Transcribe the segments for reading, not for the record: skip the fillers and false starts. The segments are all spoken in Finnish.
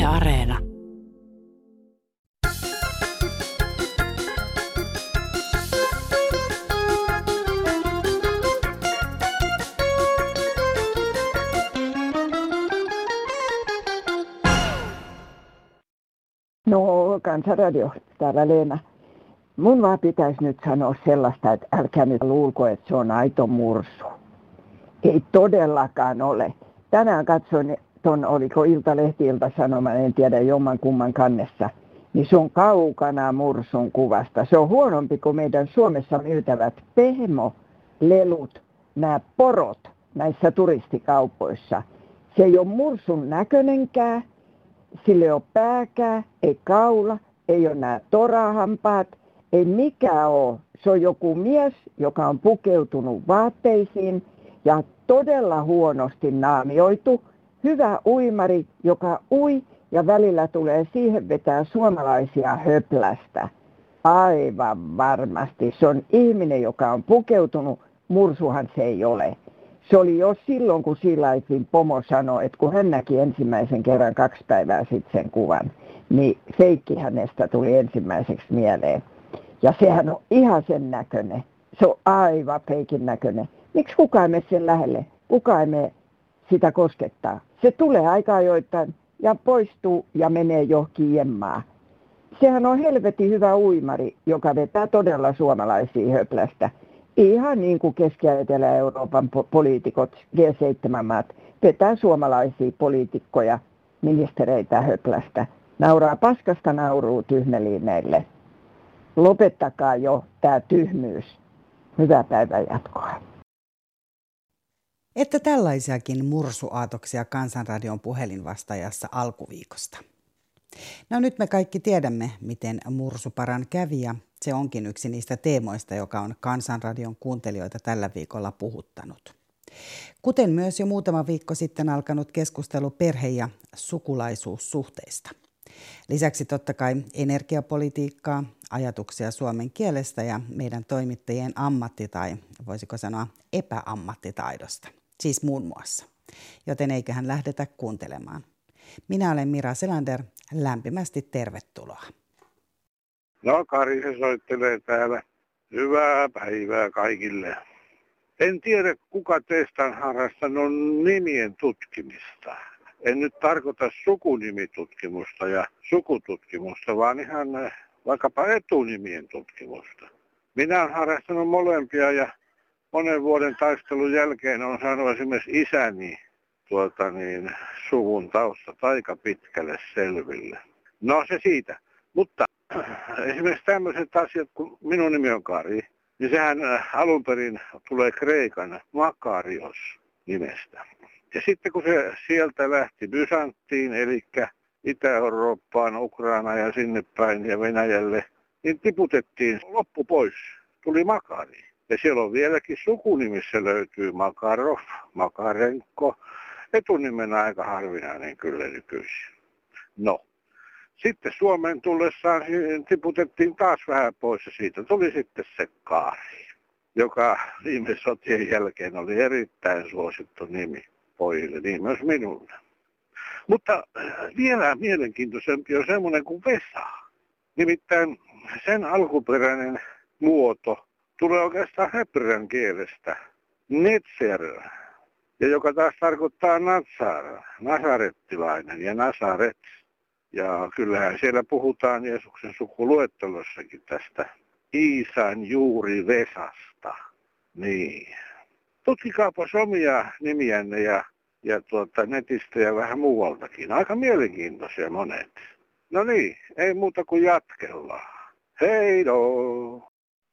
Yle Areena. No, Kansanradio, täällä Leena. Mun vaan pitäisi nyt sanoa sellaista, että älkää nyt luulko, että se on aito mursu. Ei todellakaan ole. Tänään katsoin oliko Iltalehti, Ilta-Sanoma, en tiedä jomman kumman kannessa. Niin se on kaukana mursun kuvasta. Se on huonompi kuin meidän Suomessa myytävät pehmolelut, nämä porot näissä turistikaupoissa. Se ei ole mursun näköinenkään. Sillä ei ole pääkää, ei kaula, ei ole nämä torahampaat, ei mikään ole. Se on joku mies, joka on pukeutunut vaatteisiin ja todella huonosti naamioitu. Hyvä uimari, joka ui ja välillä tulee siihen vetää suomalaisia höplästä. Aivan varmasti. Se on ihminen, joka on pukeutunut, mursuhan se ei ole. Se oli jo silloin, kun Sea Lifein pomo sanoi, että kun hän näki ensimmäisen kerran 2 päivää sitten sen kuvan, niin feikki hänestä tuli ensimmäiseksi mieleen. Ja sehän on ihan sen näköinen. Se on aivan feikin näköinen. Miksi kukaan mene sen lähelle? Kukaan ei mene sitä koskettaa. Se tulee aika ajoittain ja poistuu ja menee johonkin jemmaan. Sehän on helvetin hyvä uimari, joka vetää todella suomalaisia höplästä. Ihan niin kuin Keski- ja Etelä-Euroopan poliitikot, G7-maat, vetää suomalaisia poliitikkoja, ministereitä höplästä. Nauraa paskasta nauruu tyhmeliineille. Lopettakaa jo tämä tyhmyys. Hyvää päivän jatkoa. Että tällaisiakin mursuaatoksia Kansanradion puhelinvastaajassa alkuviikosta. No nyt me kaikki tiedämme, miten mursuparan kävi ja se onkin yksi niistä teemoista, joka on Kansanradion kuuntelijoita tällä viikolla puhuttanut. Kuten myös jo muutama viikko sitten alkanut keskustelu perhe- ja sukulaisuussuhteista. Lisäksi totta kai energiapolitiikkaa, ajatuksia suomen kielestä ja meidän toimittajien ammatti- tai voisiko sanoa epäammattitaidosta. Siis muun muassa. Joten eiköhän lähdetä kuuntelemaan. Minä olen Mira Selander. Lämpimästi tervetuloa. No, Kari se soittelee täällä. Hyvää päivää kaikille. En tiedä, kuka teistä on harrastanut nimien tutkimista. En nyt tarkoita sukunimitutkimusta ja sukututkimusta, vaan ihan vaikkapa etunimien tutkimusta. Minä olen harrastanut molempia ja monen vuoden taistelun jälkeen olen saanut esimerkiksi isäni suvun taustat aika pitkälle selville. No se siitä. Mutta esimerkiksi tämmöiset asiat, kun minun nimi on Kari, niin sehän alun perin tulee Kreikan Makarios nimestä. Ja sitten kun se sieltä lähti Bysanttiin, eli Itä-Eurooppaan, Ukraina ja sinne päin ja Venäjälle, niin tiputettiin loppu pois. Tuli Makari. Ja siellä on vieläkin sukunimissä löytyy Makarov, Makarenko. Etunimenä aika harvinainen kyllä nykyisin. No, sitten Suomeen tullessaan tiputettiin taas vähän pois ja siitä tuli sitten se Kaari, joka viime sotien jälkeen oli erittäin suosittu nimi pojille, niin myös minulle. Mutta vielä mielenkiintoisempi on semmoinen kuin Vesa. Nimittäin sen alkuperäinen muoto tulee oikeastaan hebrean kielestä Netzer, ja joka taas tarkoittaa nasarettilainen ja Nasaret. Ja kyllähän siellä puhutaan Jeesuksen sukuluettelossakin tästä Iisan juuri Vesasta. Niin. Tutkikaapas omia nimiänne ja netistä ja vähän muualtakin. Aika mielenkiintoisia monet. No niin, ei muuta kuin jatkellaan. Heidoo!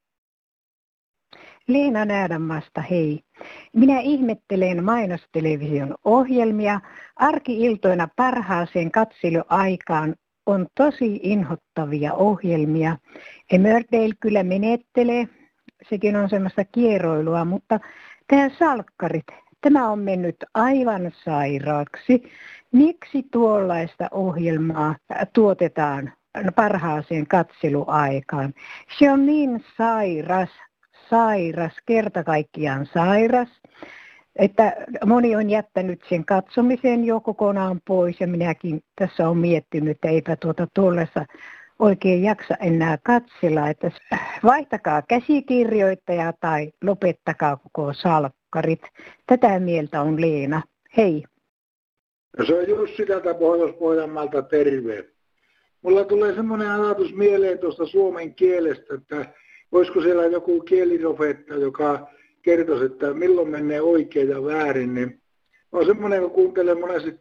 Leena Näädänmaasta, hei. Minä ihmettelen mainostelevision ohjelmia. Arki-iltoina parhaaseen katseluaikaan on tosi inhottavia ohjelmia. Emmerdale kyllä menettelee, sekin on semmoista kieroilua, mutta tämä salkkarit, tämä on mennyt aivan sairaaksi. Miksi tuollaista ohjelmaa tuotetaan parhaaseen katseluaikaan? Se on niin sairas, kerta kaikkiaan sairas. Että moni on jättänyt sen katsomisen jo kokonaan pois ja minäkin tässä olen miettinyt, että eipä tuollaista oikein jaksa enää katsella, että vaihtakaa käsikirjoittaja tai lopettakaa koko salkkarit. Tätä mieltä on Leena. Hei. No se on Jussi täältä Pohjois-Pohjanmaalta, terve. Mulla tulee semmoinen ajatus mieleen tuosta suomen kielestä, että olisiko siellä joku kieliprofeetta, joka kertoisi, että milloin menee oikein ja väärin. Niin on semmoinen, kun kuuntelen monesti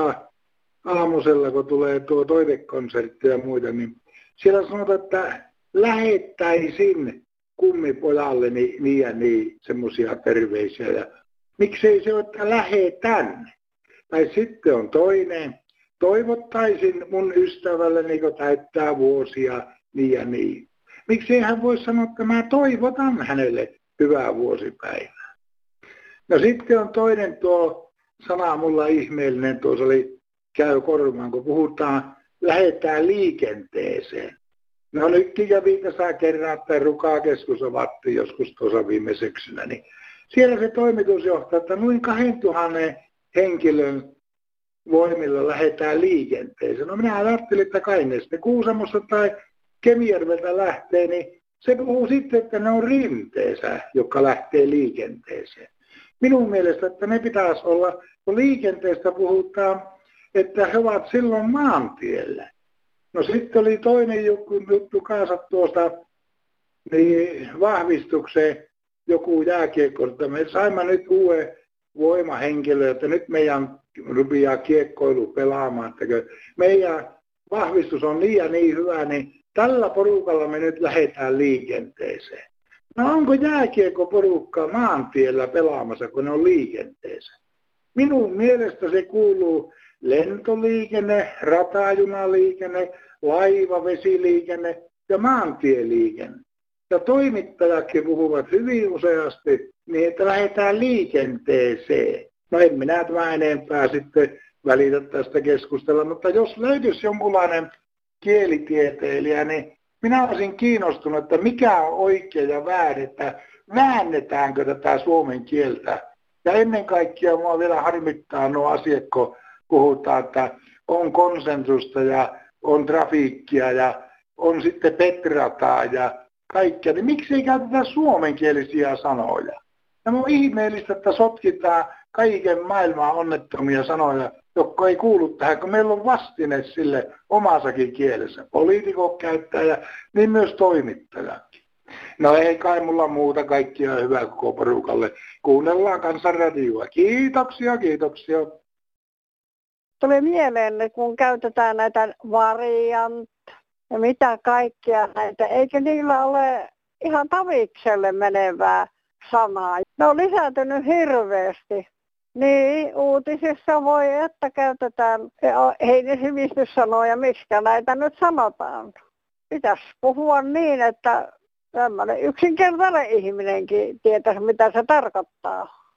aamusella, kun tulee toivekonsertti ja muita, niin siellä sanotaan, että lähettäisin kummipojalle niin ja niin semmoisia terveisiä. Ja miksei se ole, että lähetän? Tai sitten on toinen. Toivottaisin mun ystävälleni, kun täyttää vuosia niin ja niin. Miksei hän voi sanoa, että mä toivotan hänelle hyvää vuosipäivää. No sitten on toinen tuo sana mulla ihmeellinen, tuossa käy korvaan, kun puhutaan, lähdetään liikenteeseen. No nytkin kävi tässä kerran, että Ruka-keskus avattiin joskus tuossa viime syksynä, niin siellä se toimitusjohtaja, että noin 2000 henkilön voimilla lähdetään liikenteeseen. No minä ajattelin, että kai ne sitten Kuusamosta tai Kemijärveltä lähtee, niin se puhuu sitten, että ne on rinteessä, jotka lähtee liikenteeseen. Minun mielestä, että ne pitäisi olla, kun liikenteestä puhutaan, että he ovat silloin maantiellä. No sitten oli toinen juttu kanssa tuosta niin vahvistukseen joku jääkiekko, että me saimme nyt uuden voimahenkilön, että nyt meidän rupeaa kiekkoilu pelaamaan, että meidän vahvistus on niin ja niin hyvä, niin tällä porukalla me nyt lähdetään liikenteeseen. No onko jääkiekkoporukka maantiellä pelaamassa, kun ne on liikenteessä? Minun mielestä se kuuluu lentoliikenne, ratajunaliikenne, laiva, vesiliikenne ja maantieliikenne. Ja toimittajatkin puhuvat hyvin useasti niin, että lähdetään liikenteeseen. No en minä tämä enempää sitten välitä tästä keskustella, mutta jos löytyisi jonkunlainen kielitieteilijä, niin minä olisin kiinnostunut, että mikä on oikein ja väärin, että väännetäänkö tätä suomen kieltä. Ja ennen kaikkea minua vielä harmittaa nuo asiat, kun puhutaan, että on konsensusta ja on trafiikkia ja on sitten petrataa ja kaikkea. Niin miksi ei käytetä suomenkielisiä sanoja? Ja on ihmeellistä, että sotkitaan kaiken maailman onnettomia sanoja, jotka ei kuulu tähän, kun meillä on vastine sille omassakin kielessä. Poliitikot käyttää ja niin myös toimittajatkin. No ei kai mulla muuta, kaikkia hyvää koko porukalle. Kuunnellaan Kansanradioa. Kiitoksia, kiitoksia. Tuli mieleen, että kun käytetään näitä variant ja mitä kaikkia näitä, eikö niillä ole ihan tavikselle menevää sanaa? Ne on lisääntynyt hirveästi. Niin, uutisissa voi, että käytetään heinisymistyssanoja, miksi näitä nyt sanotaan. Pitäisi puhua niin, että tämmöinen yksinkertainen ihminenkin tietäisi, mitä se tarkoittaa.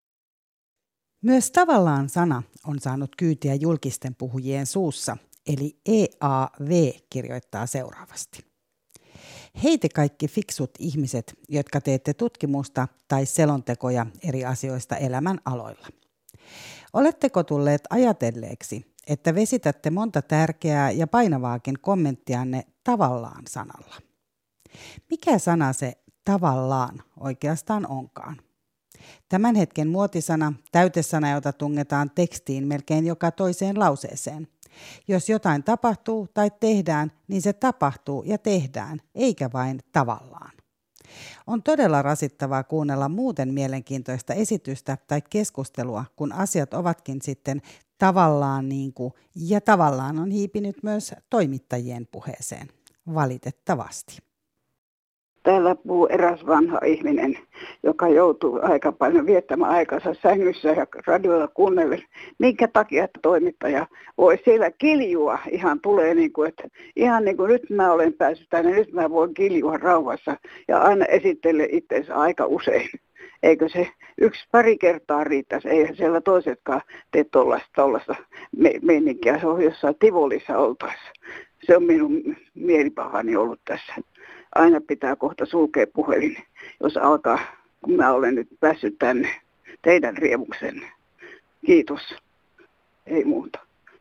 Myös tavallaan sana on saanut kyytiä julkisten puhujien suussa, eli EAV kirjoittaa seuraavasti. Hei te kaikki fiksut ihmiset, jotka teette tutkimusta tai selontekoja eri asioista elämän aloilla. Oletteko tulleet ajatelleeksi, että vesitätte monta tärkeää ja painavaakin kommenttianne tavallaan sanalla? Mikä sana se tavallaan oikeastaan onkaan? Tämän hetken muotisana, täytesana, jota tungetaan tekstiin melkein joka toiseen lauseeseen. Jos jotain tapahtuu tai tehdään, niin se tapahtuu ja tehdään, eikä vain tavallaan. On todella rasittavaa kuunnella muuten mielenkiintoista esitystä tai keskustelua, kun asiat ovatkin sitten tavallaan niin kuin, ja tavallaan on hiipinyt myös toimittajien puheeseen. Valitettavasti. Täällä puhuu eräs vanha ihminen, joka joutuu aika paljon viettämään aikansa sängyssä ja radiolla kuunnellen. Minkä takia, että toimittaja voi siellä kiljua, ihan tulee niin kuin, että ihan niin kuin nyt mä olen päässyt tänne, nyt mä voin kiljua rauhassa ja aina esittele itseensä aika usein. Eikö se pari kertaa riittäisi? Eihän siellä toisetkaan tee tollaista meininkiä, se on jossain Tivolissa oltaessa. Se on minun mielipahani ollut tässä. Aina pitää kohta sulkea puhelin, jos alkaa, kun mä olen nyt päässyt tänne teidän riemuksenne. Kiitos. Ei muuta.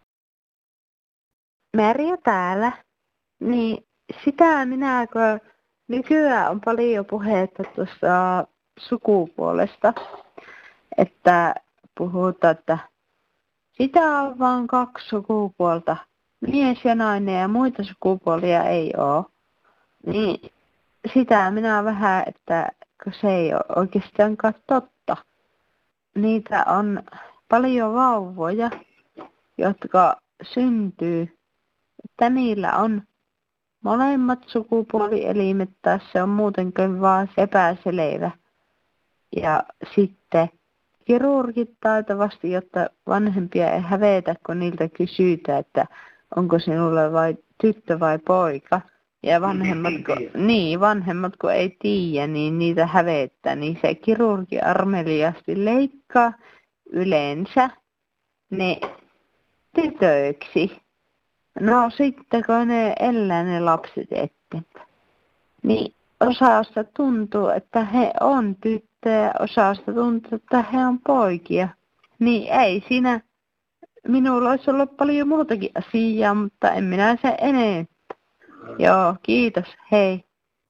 Merja täällä. Niin sitä kun nykyään on paljon puhetta tuosta sukupuolesta, että puhutaan, että sitä on vain 2 sukupuolta, mies ja nainen ja muita sukupuolia ei ole. Niin sitä minä vähän, että se ei ole oikeastaankaan totta. Niitä on paljon vauvoja, jotka syntyy, että niillä on molemmat sukupuolielimet, tai se on muutenkin vaan epäselevä. Ja sitten kirurgit taitavasti, jotta vanhempia ei hävetä, kun niiltä kysytään, että onko sinulla vai tyttö vai poika. Ja vanhemmat kun ei tiedä, niin niitä hävettää, niin se kirurgi armeliasti leikkaa yleensä ne tytöiksi. No sitten kun ne elää ne lapset eteenpäin, niin osasta tuntuu, että he on tyttöjä, osasta tuntuu, että he on poikia. Niin ei siinä, minulla olisi ollut paljon muutakin asiaa, mutta en minä se enempää. Joo, kiitos, hei.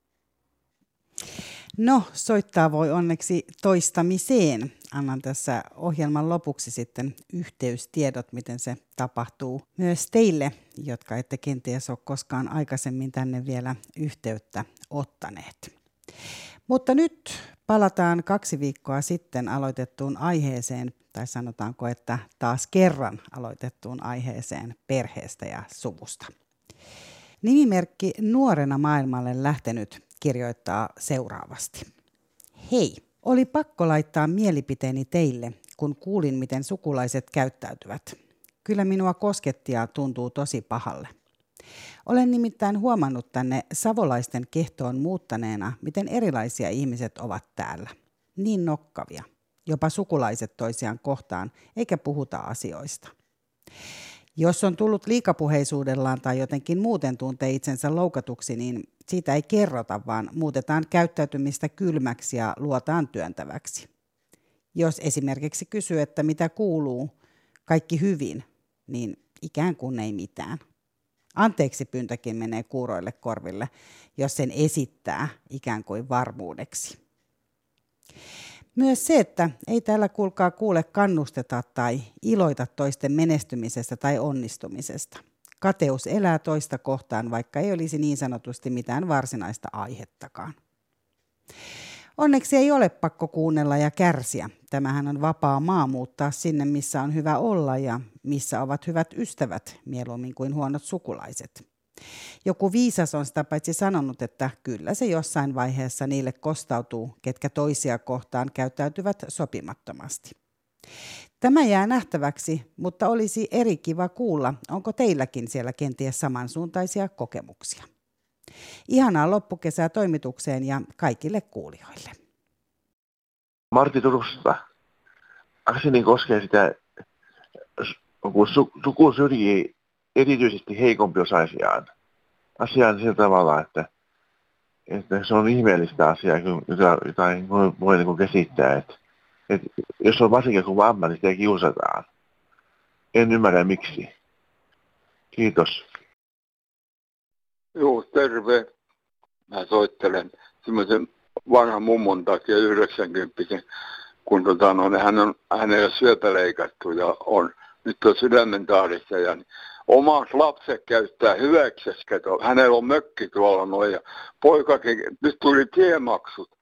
No, soittaa voi onneksi toistamiseen. Annan tässä ohjelman lopuksi sitten yhteystiedot, miten se tapahtuu myös teille, jotka ette kenties ole koskaan aikaisemmin tänne vielä yhteyttä ottaneet. Mutta nyt palataan 2 viikkoa sitten aloitettuun aiheeseen, tai sanotaanko, että taas kerran aloitettuun aiheeseen perheestä ja suvusta. Nimimerkki Nuorena maailmalle lähtenyt kirjoittaa seuraavasti. Hei, oli pakko laittaa mielipiteeni teille, kun kuulin, miten sukulaiset käyttäytyvät. Kyllä minua kosketti ja tuntuu tosi pahalle. Olen nimittäin huomannut tänne savolaisten kehtoon muuttaneena, miten erilaisia ihmiset ovat täällä. Niin nokkavia. Jopa sukulaiset toisiaan kohtaan, eikä puhuta asioista. Jos on tullut liikapuheisuudellaan tai jotenkin muuten tuntee itsensä loukatuksi, niin siitä ei kerrota, vaan muutetaan käyttäytymistä kylmäksi ja luotaan työntäväksi. Jos esimerkiksi kysyy, että mitä kuuluu, kaikki hyvin, niin ikään kuin ei mitään. Anteeksi pyyntäkin menee kuuroille korville, jos sen esittää ikään kuin varmuudeksi. Myös se, että ei täällä kuulkaa kuule kannusteta tai iloita toisten menestymisestä tai onnistumisesta. Kateus elää toista kohtaan, vaikka ei olisi niin sanotusti mitään varsinaista aihettakaan. Onneksi ei ole pakko kuunnella ja kärsiä. Tämähän on vapaa maa muuttaa sinne, missä on hyvä olla ja missä ovat hyvät ystävät, mieluummin kuin huonot sukulaiset. Joku viisas on sitä paitsi sanonut, että kyllä se jossain vaiheessa niille kostautuu, ketkä toisia kohtaan käyttäytyvät sopimattomasti. Tämä jää nähtäväksi, mutta olisi eri kiva kuulla, onko teilläkin siellä kenties samansuuntaisia kokemuksia. Ihanaa loppukesää toimitukseen ja kaikille kuulijoille. Martti Turusta. Asiani koskee sitä, kun suku syrjii erityisesti heikompiosaisiaan. Asia on sillä tavalla, että se on ihmeellistä asiaa, jota ei voi niin käsittää. Että jos on varsinkin kun vamma, niin sitä kiusataan. En ymmärrä miksi. Kiitos. Joo, terve. Mä soittelen semmoisen vanhan mummon takia 90, kun hänellä on syöpä leikattu ja nyt on sydämen tahdissa ja omat lapset käyttää hyväkseskä. Hänellä on mökki tuolla noin ja poikakin, nyt tuli tiemaksut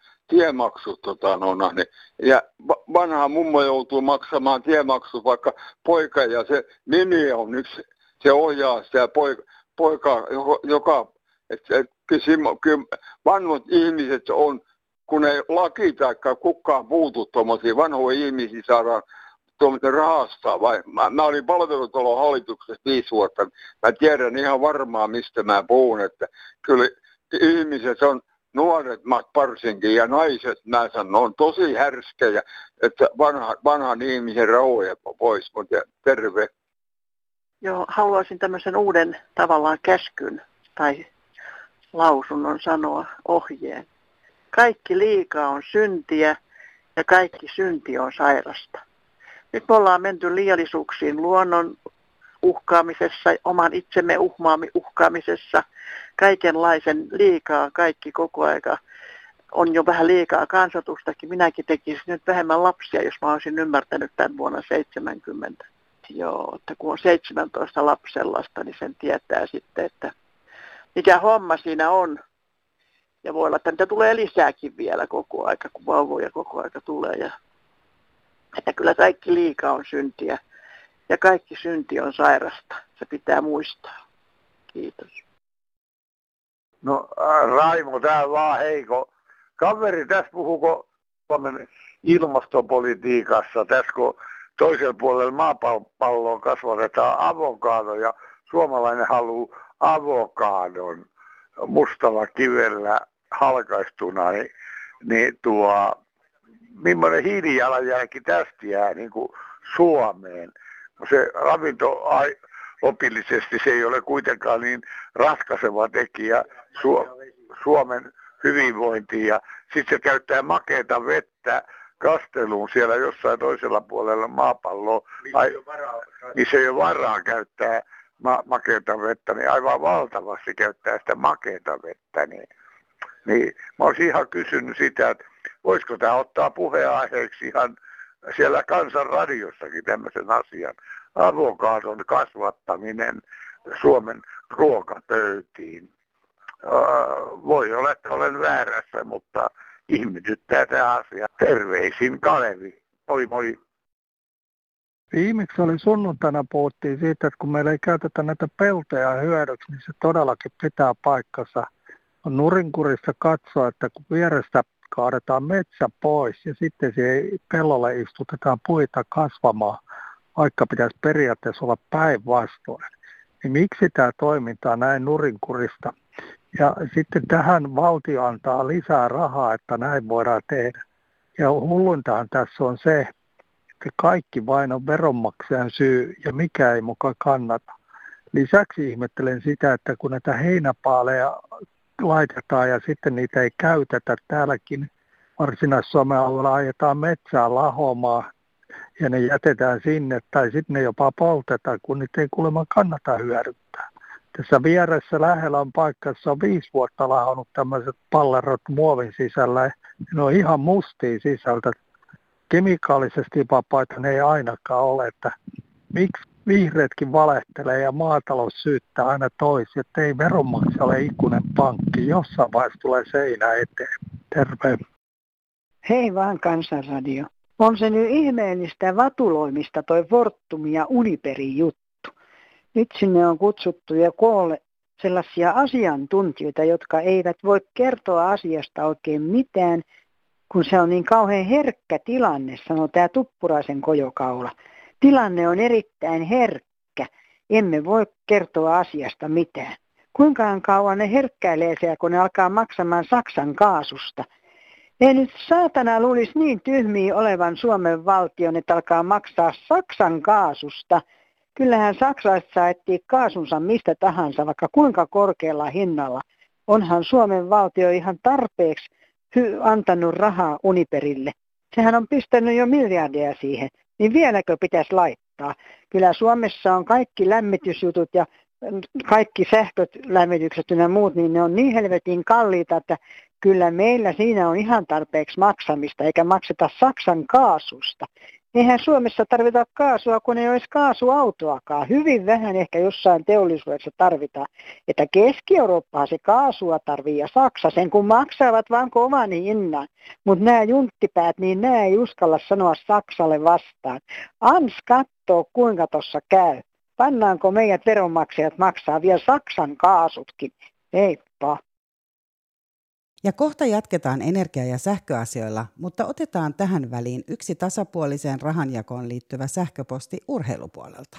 ja vanha mummo joutuu maksamaan tiemaksut, vaikka poika ja se Mimi on yksi, se ohjaa sitä poika, joka, että vanhat ihmiset on, kun ei laki tai kukaan puutu tuommoisia vanhoja ihmisiä saadaan tuommoisen rahastaa. Mä olin palvelutalon hallituksessa 5 vuotta. Mä tiedän ihan varmaan, mistä mä puhun, että kyllä ihmiset on nuoret varsinkin ja naiset, mä sanon, on tosi härskejä, että vanhan ihmisen rauhoja pois, mutta terve. Joo, haluaisin tämmöisen uuden tavallaan käskyn tai lausunnon sanoa ohjeen. Kaikki liika on syntiä ja kaikki synti on sairasta. Nyt me ollaan menty liiallisuuksiin luonnon uhkaamisessa, oman itsemme uhkaamisessa, kaikenlaisen liikaa, kaikki koko aika. On jo vähän liikaa kansatustakin. Minäkin tekisin nyt vähemmän lapsia, jos mä olisin ymmärtänyt tämän vuonna 70. Joo, että kun on 17 lapsenlasta, niin sen tietää sitten, että mikä homma siinä on. Ja voi olla, että niitä tulee lisääkin vielä koko aika, kun vauvoja koko aika tulee. Ja että kyllä kaikki liika on syntiä ja kaikki synti on sairasta. Se pitää muistaa. Kiitos. No Raimo, tää vaan heiko. Kaveri, tässä puhuuko Suomen ilmastopolitiikassa, tässä kun toisella puolella maapalloa kasvatetaan avokado ja suomalainen haluaa avokadon mustalla kivellä halkaistuna, niin millainen hiilijalanjälki tästä jää niin kuin Suomeen. Se ravinto opillisesti se ei ole kuitenkaan niin ratkaiseva tekijä Suomen hyvinvointiin ja sitten se käyttää makeata vettä kasteluun siellä jossain toisella puolella maapalloa, missä ei ole varaa käyttää makeata vettä, niin aivan valtavasti käyttää sitä makeata vettä. Niin mä olisin ihan kysynyt sitä, että voisiko tämä ottaa puheenaiheeksi ihan siellä Kansanradiossakin tämmöisen asian. Avokadon kasvattaminen Suomen ruokapöytiin. Voi olla, että olen väärässä, mutta ihmetyttää tämä asia. Terveisin Kalevi. Moi moi. Viimeksi oli sunnuntaina puhuttiin siitä, että kun meillä ei käytetä näitä peltoja hyödyksi, niin se todellakin pitää paikkansa. On nurinkurista katsoa, että kun vierestä kaadetaan metsä pois ja sitten siihen pellolle istutetaan puita kasvamaan, vaikka pitäisi periaatteessa olla päinvastoin, niin miksi tämä toiminta on näin nurinkurista? Ja sitten tähän valtio antaa lisää rahaa, että näin voidaan tehdä. Ja hulluintahan tässä on se, että kaikki vain on veronmaksajan syy ja mikä ei mukaan kannata. Lisäksi ihmettelen sitä, että kun näitä heinäpaaleja laitetaan ja sitten niitä ei käytetä täälläkin, Varsinais-Suomen alueella ajetaan metsää lahomaan ja ne jätetään sinne tai sitten ne jopa poltetaan, kun niitä ei kuulemma kannata hyödyntää. Tässä vieressä lähellä on paikka, jossa on 5 vuotta lahonnut tämmöiset pallerot muovin sisällä. Ne on ihan mustia sisältä. Kemikaalisesti vapaita ne ei ainakaan ole, että miksi vihreätkin valehtelee ja maatalous syyttää aina toisia, että ei veronmaksaja ole ikuinen pankki. Jossain vaiheessa tulee seinä eteen. Terve. Hei vaan Kansanradio. On se nyt ihmeellistä vatuloimista toi Fortum ja Uniperin juttu. Nyt sinne on kutsuttu jo koolle sellaisia asiantuntijoita, jotka eivät voi kertoa asiasta oikein mitään, kun se on niin kauhean herkkä tilanne, sanoo tämä Tuppuraisen kojokaula. Tilanne on erittäin herkkä. Emme voi kertoa asiasta mitään. Kuinka kauan ne herkkäilee siellä, kun ne alkaa maksamaan Saksan kaasusta? Ei nyt saatana luulisi niin tyhmiä olevan Suomen valtion, että alkaa maksaa Saksan kaasusta. Kyllähän saksalaiset saettiin kaasunsa mistä tahansa, vaikka kuinka korkealla hinnalla. Onhan Suomen valtio ihan tarpeeksi antanut rahaa Uniperille. Sehän on pistänyt jo miljardeja siihen. Niin vieläkö pitäisi laittaa? Kyllä Suomessa on kaikki lämmitysjutut ja kaikki sähköt, lämmitykset ja muut, niin ne on niin helvetin kalliita, että kyllä meillä siinä on ihan tarpeeksi maksamista, eikä makseta Saksan kaasusta. Eihän Suomessa tarvita kaasua, kun ei olisi kaasuautoakaan. Hyvin vähän ehkä jossain teollisuudessa tarvitaan. Että Keski-Eurooppaa se kaasua tarvii ja Saksa sen, kun maksavat vaan kovan hinnan. Mutta nämä junttipäät, niin nämä ei uskalla sanoa Saksalle vastaan. Ans kattoo, kuinka tuossa käy. Pannaanko meidät veronmaksajat maksaa vielä Saksan kaasutkin? Heippa. Ja kohta jatketaan energia- ja sähköasioilla, mutta otetaan tähän väliin yksi tasapuoliseen rahanjakoon liittyvä sähköposti urheilupuolelta.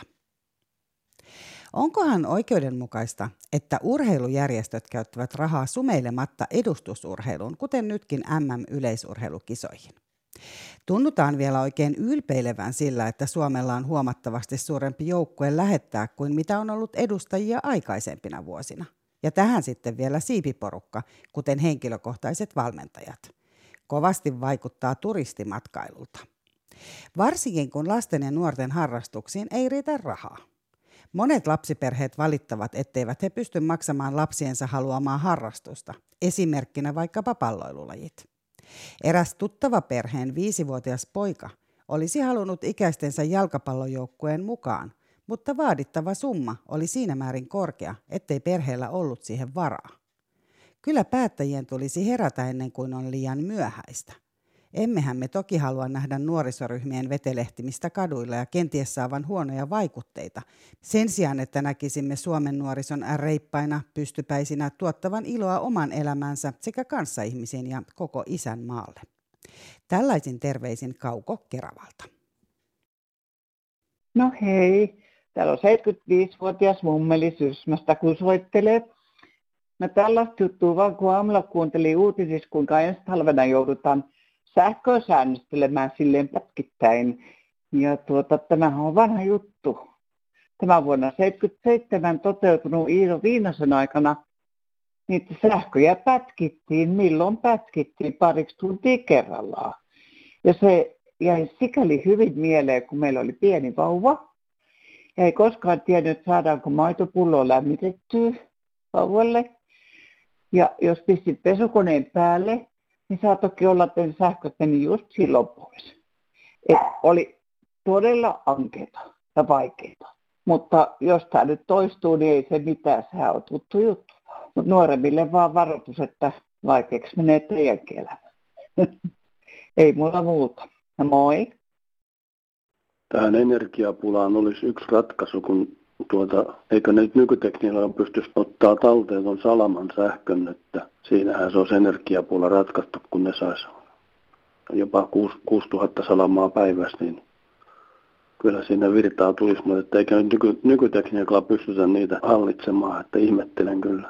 Onkohan oikeudenmukaista, että urheilujärjestöt käyttävät rahaa sumeilematta edustusurheiluun, kuten nytkin MM-yleisurheilukisoihin? Tunnutaan vielä oikein ylpeilevän sillä, että Suomella on huomattavasti suurempi joukkue lähettää kuin mitä on ollut edustajia aikaisempina vuosina. Ja tähän sitten vielä siipiporukka, kuten henkilökohtaiset valmentajat. Kovasti vaikuttaa turistimatkailulta. Varsinkin kun lasten ja nuorten harrastuksiin ei riitä rahaa. Monet lapsiperheet valittavat, etteivät he pysty maksamaan lapsiensa haluamaa harrastusta, esimerkkinä vaikkapa palloilulajit. Eräs tuttava perheen 5-vuotias poika olisi halunnut ikäistensä jalkapallojoukkueen mukaan, mutta vaadittava summa oli siinä määrin korkea, ettei perheellä ollut siihen varaa. Kyllä päättäjien tulisi herätä ennen kuin on liian myöhäistä. Emmehän me toki halua nähdä nuorisoryhmien vetelehtimistä kaduilla ja kenties saavan huonoja vaikutteita, sen sijaan, että näkisimme Suomen nuorison reippaina, pystypäisinä tuottavan iloa oman elämänsä sekä kanssaihmisiin ja koko isänmaalle. Tällaisin terveisin Kauko Keravalta. No hei, täällä on 75-vuotias mummeli Sysmästä, kun soittelee. Mä tällaista juttua vaan kun aamulla kuuntelin uutisissa, kuinka ensi talvena joudutaan sähköä säännöstelemään silleen pätkittäin. Ja tämähän on vanha juttu. Tämä vuonna 1977 toteutunut Iiro Viinasen aikana niitä sähköjä pätkittiin, milloin pätkittiin pariksi tuntia kerrallaan. Ja se jäi sikäli hyvin mieleen, kun meillä oli pieni vauva. Ja ei koskaan tiennyt, saadaanko maitopulloa lämmitettyä vauvalle. Ja jos pistit pesukoneen päälle, niin saa toki olla, että ne sähköt meni just silloin pois. Oli todella ankeita ja vaikeita. Mutta jos tämä nyt toistuu, niin ei se mitään, sehän on tuttu juttu. Mutta nuoremmille vaan varoitus, että vaikeaksi menee teidänkin elämä. Ei mulla muuta. Ja moi. Tähän energiapulaan olisi yksi ratkaisu, kun eikö nyt nykytekniikalla pystyisi ottaa talteen tuon salaman sähkön, että siinähän se olisi energiapula ratkaistu, kun ne saisi jopa 6000 salamaa päivässä, niin kyllä siinä virtaa tulisi, mutta eikä nyt nykytekniikalla pystytä niitä hallitsemaan, että ihmettelen kyllä.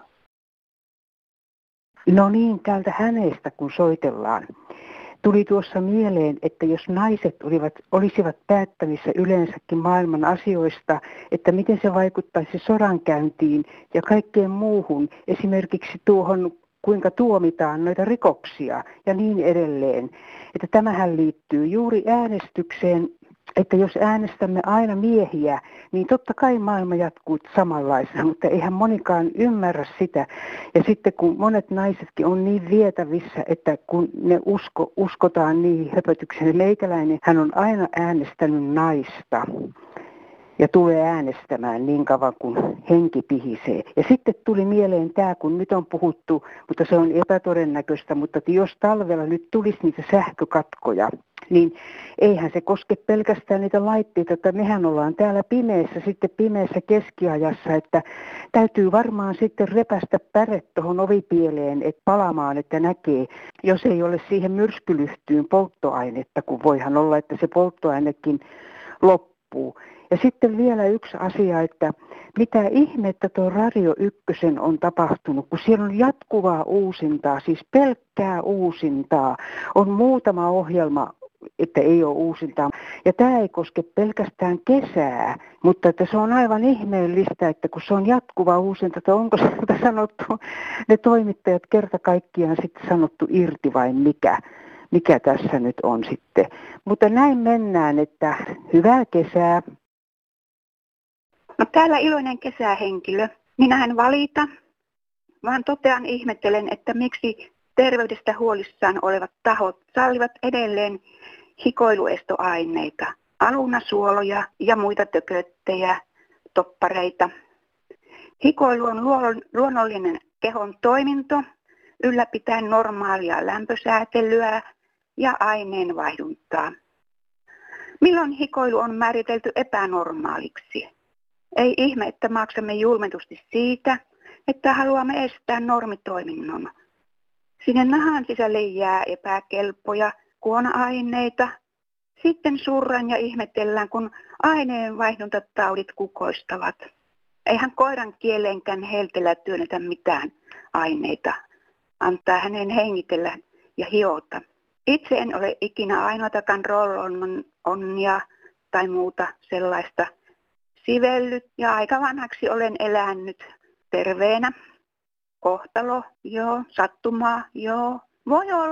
No niin, täältä Hämeestä kun soitellaan. Tuli tuossa mieleen, että jos naiset olisivat päättävissä yleensäkin maailman asioista, että miten se vaikuttaisi sodankäyntiin ja kaikkeen muuhun, esimerkiksi tuohon, kuinka tuomitaan noita rikoksia ja niin edelleen. Että tämähän liittyy juuri äänestykseen, että jos äänestämme aina miehiä, niin totta kai maailma jatkuu samanlaisena, mutta eihän monikaan ymmärrä sitä. Ja sitten kun monet naisetkin on niin vietävissä, että kun ne uskotaan niihin höpötyksiin, niin meikäläinen hän on aina äänestänyt naista ja tulee äänestämään niin kauan kuin henki pihisee. Ja sitten tuli mieleen tämä, kun nyt on puhuttu, mutta se on epätodennäköistä, mutta jos talvella nyt tulisi niitä sähkökatkoja, niin eihän se koske pelkästään niitä laitteita, että mehän ollaan täällä pimeässä keskiajassa, että täytyy varmaan sitten repästä päret tuohon ovipieleen, että palamaan, että näkee, jos ei ole siihen myrskylyhtyyn polttoainetta, kun voihan olla, että se polttoainekin loppuu. Ja sitten vielä yksi asia, että mitä ihmettä tuo Radio 1 on tapahtunut, kun siellä on jatkuvaa uusintaa, siis pelkkää uusintaa. On muutama ohjelma, että ei ole uusintaa. Ja tämä ei koske pelkästään kesää, mutta että se on aivan ihmeellistä, että kun se on jatkuva uusinta, että onko sieltä sanottu, ne toimittajat kerta kaikkiaan sitten sanottu irti vai mikä tässä nyt on sitten. Mutta näin mennään, että hyvää kesää. No täällä iloinen kesähenkilö. Minä en valita, vaan totean ihmettelen, että miksi terveydestä huolissaan olevat tahot sallivat edelleen hikoiluestoaineita, alunasuoloja ja muita tököttejä, toppareita. Hikoilu on luonnollinen kehon toiminto, ylläpitää normaalia lämpösäätelyä ja aineenvaihduntaa. Milloin hikoilu on määritelty epänormaaliksi? Ei ihme, että maksamme julmetusti siitä, että haluamme estää normitoiminnon. Sinne nahan sisälle jää epäkelpoja kuona-aineita. Sitten surran ja ihmetellään, kun aineenvaihduntataudit kukoistavat. Eihän koiran kieleenkään heltellä työnnetä mitään aineita. Antaa hänen hengitellä ja hiota. Itse en ole ikinä ainoatakaan roll-onia tai muuta sellaista sivellyt ja aika vanhaksi olen elänyt terveenä. Kohtalo, joo, sattumaa, joo, voi olla,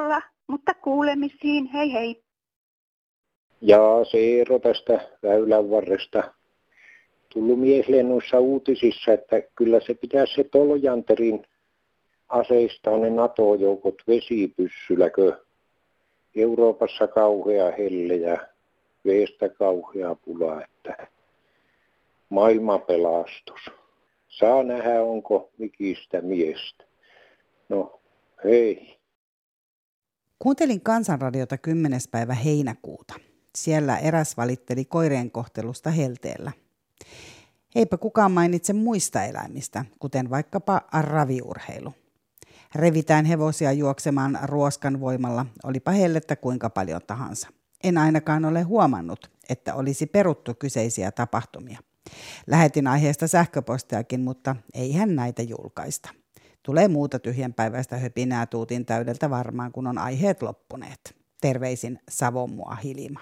Mutta kuulemisiin, hei hei. Ja Seero tästä väylän varresta. Tullut miesille noissa uutisissa, että kyllä se pitäisi se Toljanterin aseistaa ne NATO-joukot vesipyssylläkö. Euroopassa kauhea helle ja veestä kauhea pula, että maailma pelastus. Saa nähdä, onko mikistä miestä. No, hei. Kuuntelin Kansanradiota 10. päivä heinäkuuta. Siellä eräs valitteli koirien kohtelusta helteellä. Eipä kukaan mainitse muista eläimistä, kuten vaikkapa raviurheilu. Revitään hevosia juoksemaan ruoskan voimalla, olipa hellettä kuinka paljon tahansa. En ainakaan ole huomannut, että olisi peruttu kyseisiä tapahtumia. Lähetin aiheesta sähköpostiakin, mutta eihän näitä julkaista. Tulee muuta tyhjänpäiväistä höpinää tuutin täydeltä varmaan, kun on aiheet loppuneet. Terveisin Savonmua Hilima.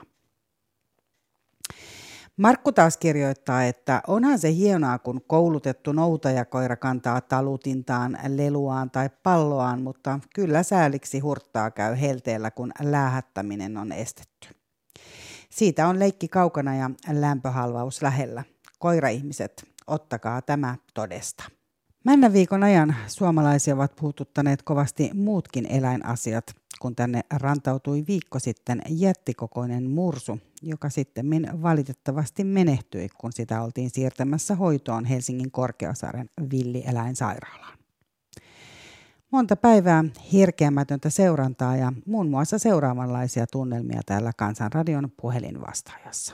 Markku taas kirjoittaa, että onhan se hienoa, kun koulutettu noutajakoira kantaa talutintaan, leluaan tai palloaan, mutta kyllä sääliksi hurttaa käy helteellä, kun läähättäminen on estetty. Siitä on leikki kaukana ja lämpöhalvaus lähellä. Koiraihmiset, ottakaa tämä todesta. Männän viikon ajan suomalaisia ovat puhututtaneet kovasti muutkin eläinasiat, kun tänne rantautui viikko sitten jättikokoinen mursu, joka sittemmin valitettavasti menehtyi, kun sitä oltiin siirtämässä hoitoon Helsingin Korkeasaaren villieläinsairaalaan. Monta päivää hirkeämätöntä seurantaa ja muun muassa seuraavanlaisia tunnelmia täällä Kansanradion puhelinvastaajassa.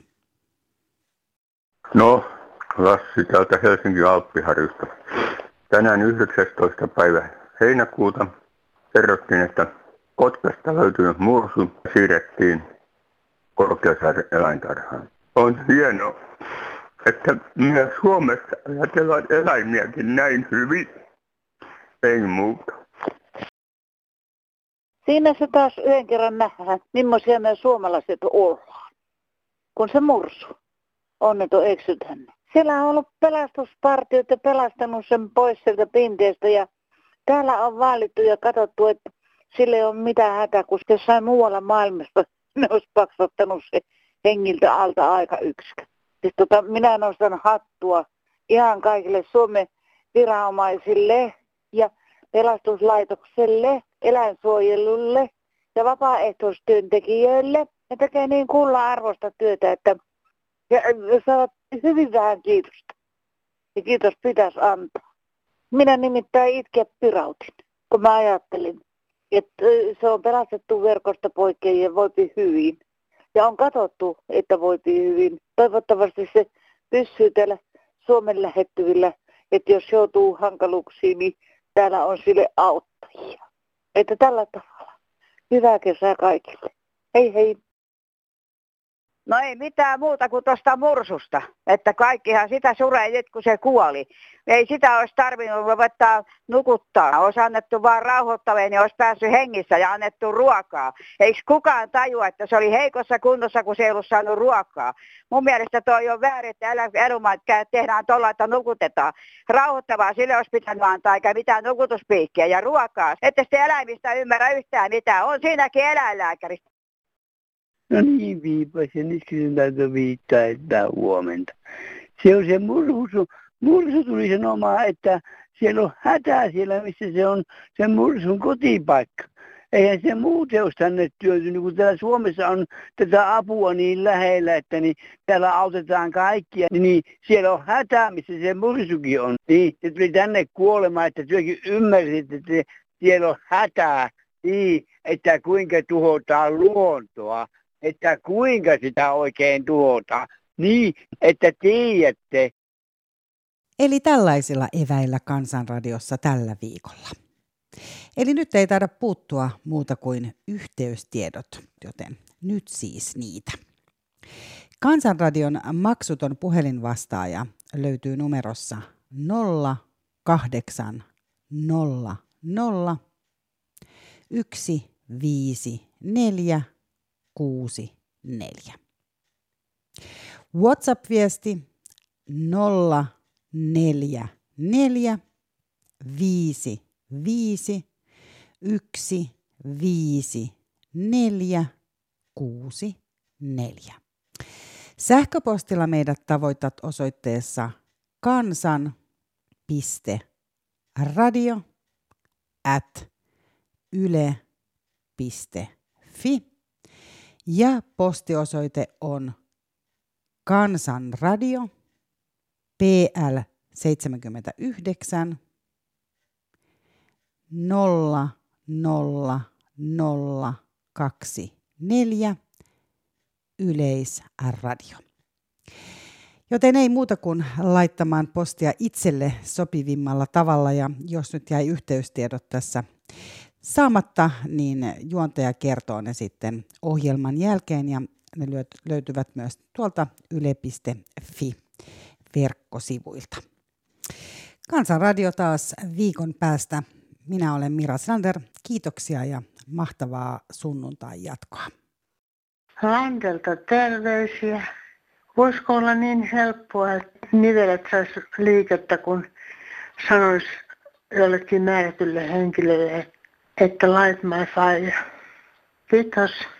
No, Lassi täältä Helsingin Alppiharjusta. Tänään 19. päivä heinäkuuta kerrottiin, että Kotkasta löytynyt mursu siirrettiin Korkeasaaren eläintarhaan. On hienoa, että myös Suomessa ajatellaan eläimiäkin näin hyvin. Ei muuta. Siinä se taas yhden kerran nähdään, millaisia me suomalaiset ollaan. Kun se mursu, onneton eksy tänne. Siellä on ollut pelastuspartioita pelastanut sen pois sieltä pinteestä ja täällä on vaalittu ja katsottu, että sillä ei ole mitään hätää, kun jossain muualla maailmassa ne olisi paksottanut se hengiltä alta aika yksikä. Siis minä nostan hattua ihan kaikille Suomen viranomaisille ja pelastuslaitokselle, eläinsuojelulle ja vapaaehtoistyöntekijöille. Ne tekee niin kullan-arvoista työtä, että saavat hyvin vähän kiitosta. Ja kiitos pitäisi antaa. Minä nimittäin itkeä pirautin, kun mä ajattelin, että se on pelastettu verkosta poikkeen ja voipi hyvin. Ja on katsottu, että voipi hyvin. Toivottavasti se pysyy täällä Suomen lähettyvillä, että jos joutuu hankaluuksiin, niin täällä on sille auttajia. Että tällä tavalla. Hyvää kesää kaikille. Hei hei. No ei mitään muuta kuin tuosta mursusta, että kaikkihan sitä suree nyt, kun se kuoli. Ei sitä olisi tarvinnut ruveta nukuttaa. Olisi annettu vaan rauhoittavia, niin olisi päässyt hengissä ja annettu ruokaa. Eikö kukaan tajua, että se oli heikossa kunnossa, kun se ei ollut saanut ruokaa? Mun mielestä toi on väärin, että eläinmaat tehdään tuolla, että nukutetaan. Rauhoittavaa sille olisi pitänyt antaa, eikä mitään nukutuspiikkiä ja ruokaa. Että sitten eläimistä ymmärrä yhtään mitään. On siinäkin eläinlääkäri. No niin, Viipasen, nyt sinun täytyy viittaa, että huomenta. Se on se mursu. Mursu tuli sanomaan, että siellä on hätää siellä, missä se on sen mursun kotipaikka. Eihän se muuten olisi tänne työntynyt, kun täällä Suomessa on tätä apua niin lähellä, että niin täällä autetaan kaikkia. Niin siellä on hätää, missä se mursukin on. Niin, se tuli tänne kuolemaan, että työkin ymmärsit, että siellä on hätää. Niin, että kuinka tuhotaan luontoa. Että kuinka sitä oikein tuhotaan. Niin, että tiedätte. Eli tällaisilla eväillä Kansanradiossa tällä viikolla. Eli nyt ei taida puuttua muuta kuin yhteystiedot, joten nyt siis niitä. Kansanradion maksuton puhelinvastaaja löytyy numerossa 0800 154 64. WhatsApp-viesti 044 55 154 464. Sähköpostilla meidät tavoitat osoitteessa kansan.radio@yle.fi ja postiosoite on Kansanradio PL 79 00024 Yleisradio. Joten ei muuta kuin laittamaan postia itselle sopivimmalla tavalla, ja jos nyt jäi yhteystiedot tässä saamatta, niin juontaja kertoo ne sitten ohjelman jälkeen, ja ne löytyvät myös tuolta yle.fi-verkkosivuilta. Kansanradio taas viikon päästä. Minä olen Mira Sander. Kiitoksia ja mahtavaa sunnuntain jatkoa. Landelta terveisiä. Voisiko olla niin helppoa, että nivelet saisi liikettä, kun sanoisi jollekin määrätylle henkilölle, että light my fire. Kiitos.